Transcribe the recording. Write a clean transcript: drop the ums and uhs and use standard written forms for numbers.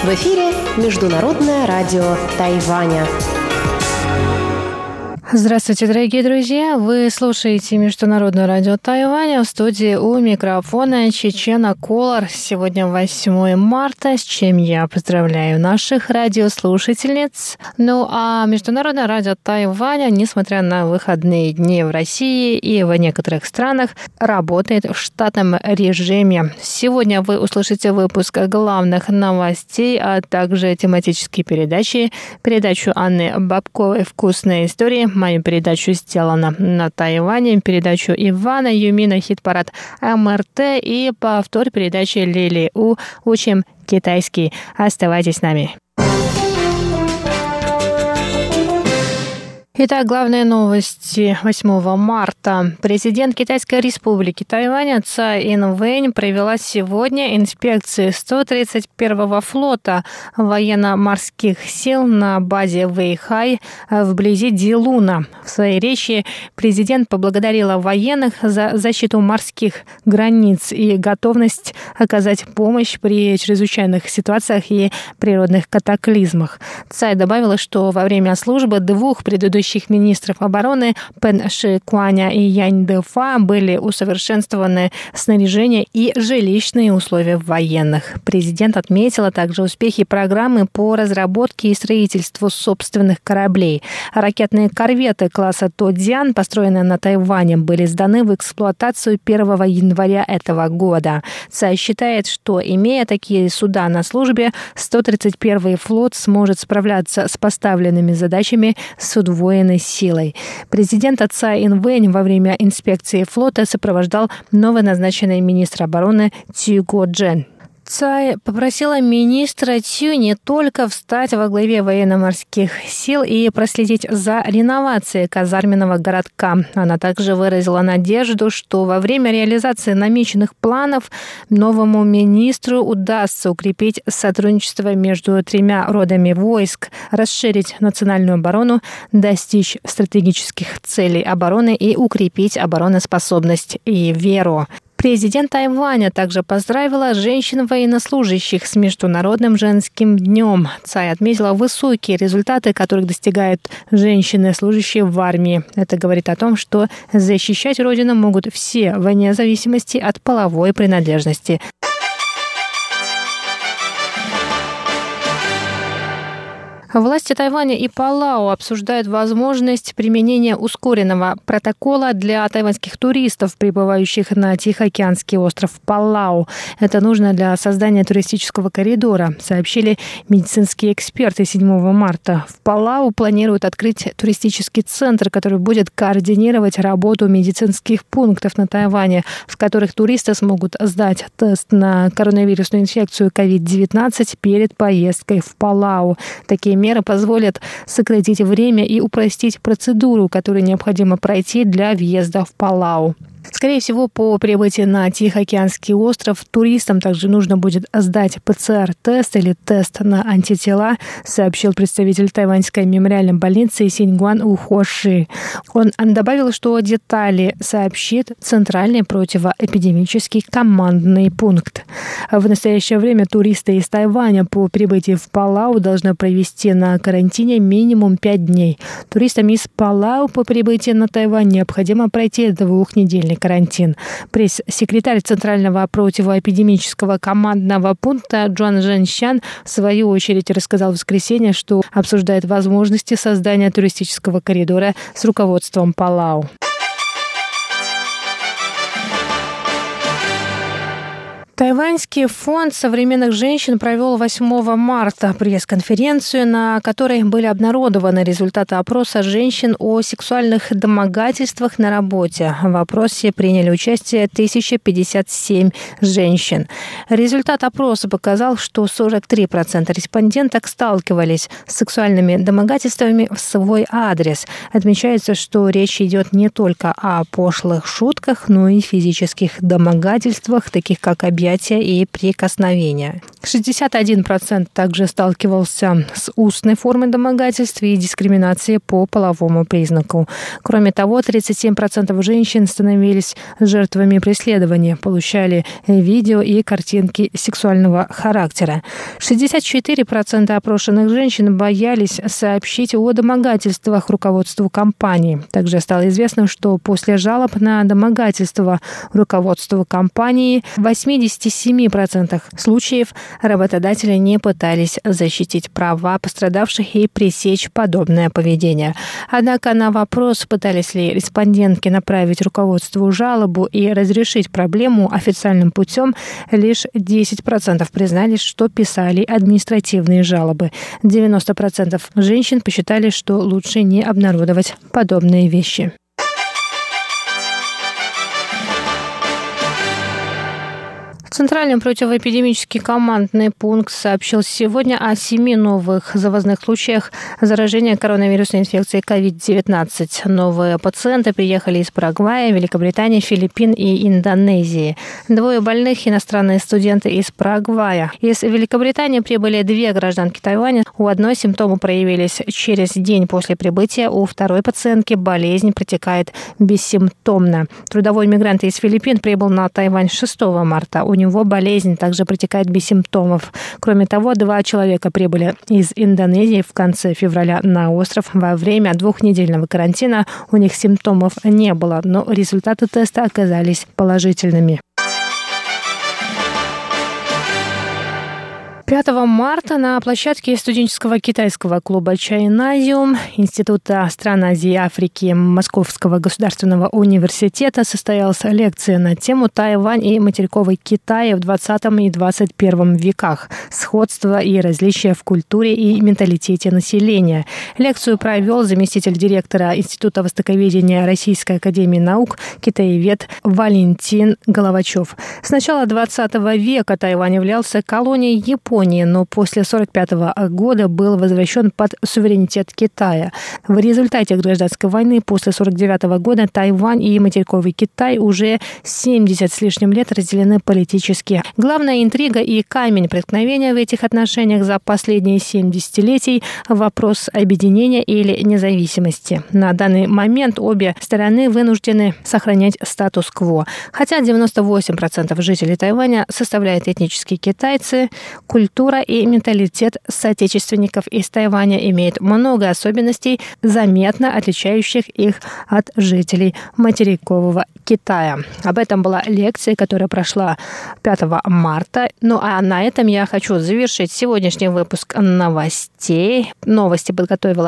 В эфире Международное радио Тайваня. Здравствуйте, дорогие друзья! Вы слушаете Международное радио Тайваня. В студии у микрофона Чечена Колор. Сегодня 8 марта, с чем я поздравляю наших радиослушательниц. Ну а Международное радио Тайваня, несмотря на выходные дни в России и в некоторых странах, работает в штатном режиме. Сегодня вы услышите выпуск главных новостей, а также тематические передачи. Передачу Анны Бабковой «Вкусные истории», мою передачу «Сделано на Тайване», передачу Ивана Юмина «Хит-парад МРТ» и повтор передачи Лили У «Учим китайский». Оставайтесь с нами. Итак, главные новости 8 марта. Президент Китайской республики Тайваня Цай Инвэнь провела сегодня инспекции 131-го флота военно-морских сил на базе Вэйхай вблизи Дилуна. В своей речи президент поблагодарила военных за защиту морских границ и готовность оказать помощь при чрезвычайных ситуациях и природных катаклизмах. Цай добавила, что во время службы двух предыдущих министров обороны Пэн Ши Куаня и Янь Дэфа были усовершенствованы снаряжение и жилищные условия военных. Президент отметила также успехи программы по разработке и строительству собственных кораблей. Ракетные корветы класса Тодзян, построенные на Тайване, были сданы в эксплуатацию 1 января этого года. Цай считает, что, имея такие суда на службе, 131-й флот сможет справляться с поставленными задачами с удвоенной силой. Президент Цай Инвэнь во время инспекции флота сопровождал новоназначенный министр обороны Цю Го-Джен. Цай попросила министра Цю не только встать во главе военно-морских сил и проследить за реновацией казарменного городка. Она также выразила надежду, что во время реализации намеченных планов новому министру удастся укрепить сотрудничество между тремя родами войск, расширить национальную оборону, достичь стратегических целей обороны и укрепить обороноспособность и веру. Президент Тайваня также поздравила женщин-военнослужащих с Международным женским днем. Цай отметила высокие результаты, которых достигают женщины, служащие в армии. Это говорит о том, что защищать Родину могут все, вне зависимости от половой принадлежности. Власти Тайваня и Палау обсуждают возможность применения ускоренного протокола для тайваньских туристов, прибывающих на Тихоокеанский остров Палау. Это нужно для создания туристического коридора, сообщили медицинские эксперты 7 марта. В Палау планируют открыть туристический центр, который будет координировать работу медицинских пунктов на Тайване, в которых туристы смогут сдать тест на коронавирусную инфекцию COVID-19 перед поездкой в Палау. Такие меры позволят сократить время и упростить процедуру, которую необходимо пройти для въезда в Палау. Скорее всего, по прибытии на Тихоокеанский остров туристам также нужно будет сдать ПЦР-тест или тест на антитела, сообщил представитель тайваньской мемориальной больницы Синьгуан Ухоши. Он добавил, что детали сообщит Центральный противоэпидемический командный пункт. В настоящее время туристы из Тайваня по прибытии в Палау должны провести на карантине минимум 5 дней. Туристам из Палау по прибытии на Тайвань необходимо пройти 2-недельный карантин. Пресс-секретарь Центрального противоэпидемического командного пункта Джуан Жэньсян в свою очередь рассказал в воскресенье, что обсуждает возможности создания туристического коридора с руководством Палау. Тайваньский фонд современных женщин провел 8 марта пресс-конференцию, на которой были обнародованы результаты опроса женщин о сексуальных домогательствах на работе. В опросе приняли участие 1057 женщин. Результат опроса показал, что 43% респонденток сталкивались с сексуальными домогательствами в свой адрес. Отмечается, что речь идет не только о пошлых шутках, но и физических домогательствах, таких как объект объятия и прикосновения. 61% также сталкивался с устной формой домогательств и дискриминации по половому признаку. Кроме того, 37% женщин становились жертвами преследования, получали видео и картинки сексуального характера. 64% опрошенных женщин боялись сообщить о домогательствах руководству компании. Также стало известно, что после жалоб на домогательство руководству компании в 87% случаев работодатели не пытались защитить права пострадавших и пресечь подобное поведение. Однако на вопрос, пытались ли респондентки направить руководству жалобу и разрешить проблему официальным путем, лишь 10% признались, что писали административные жалобы. 90% женщин посчитали, что лучше не обнародовать подобные вещи. Центральный противоэпидемический командный пункт сообщил сегодня о 7 новых завозных случаях заражения коронавирусной инфекцией COVID-19. Новые пациенты приехали из Парагвая, Великобритании, Филиппин и Индонезии. 2 больных – иностранные студенты из Парагвая. Из Великобритании прибыли 2 гражданки Тайваня. У одной симптомы проявились через день после прибытия, у второй пациентки болезнь протекает бессимптомно. Трудовой мигрант из Филиппин прибыл на Тайвань 6 марта. У него болезнь также протекает без симптомов. Кроме того, 2 человека прибыли из Индонезии в конце февраля на остров. Во время 2-недельного карантина у них симптомов не было, но результаты теста оказались положительными. 5 марта на площадке студенческого китайского клуба «Чайназиум» Института стран Азии и Африки Московского государственного университета состоялась лекция на тему «Тайвань и материковый Китай в 20 и 21 веках. Сходство и различия в культуре и менталитете населения». Лекцию провел заместитель директора Института востоковедения Российской академии наук, китаевед Валентин Головачев. С начала 20 века Тайвань являлся колонией Японии, но после 1945 года был возвращен под суверенитет Китая. В результате гражданской войны после 1949 года Тайвань и материковый Китай уже 70 с лишним лет разделены политически. Главная интрига и камень преткновения в этих отношениях за последние 7 десятилетий – вопрос объединения или независимости. На данный момент обе стороны вынуждены сохранять статус-кво. Хотя 98% жителей Тайваня составляют этнические китайцы, культура и менталитет соотечественников из Тайваня имеют много особенностей, заметно отличающих их от жителей материкового Китая. Об этом была лекция, которая прошла 5 марта. Ну а на этом я хочу завершить сегодняшний выпуск новостей. Новости подготовила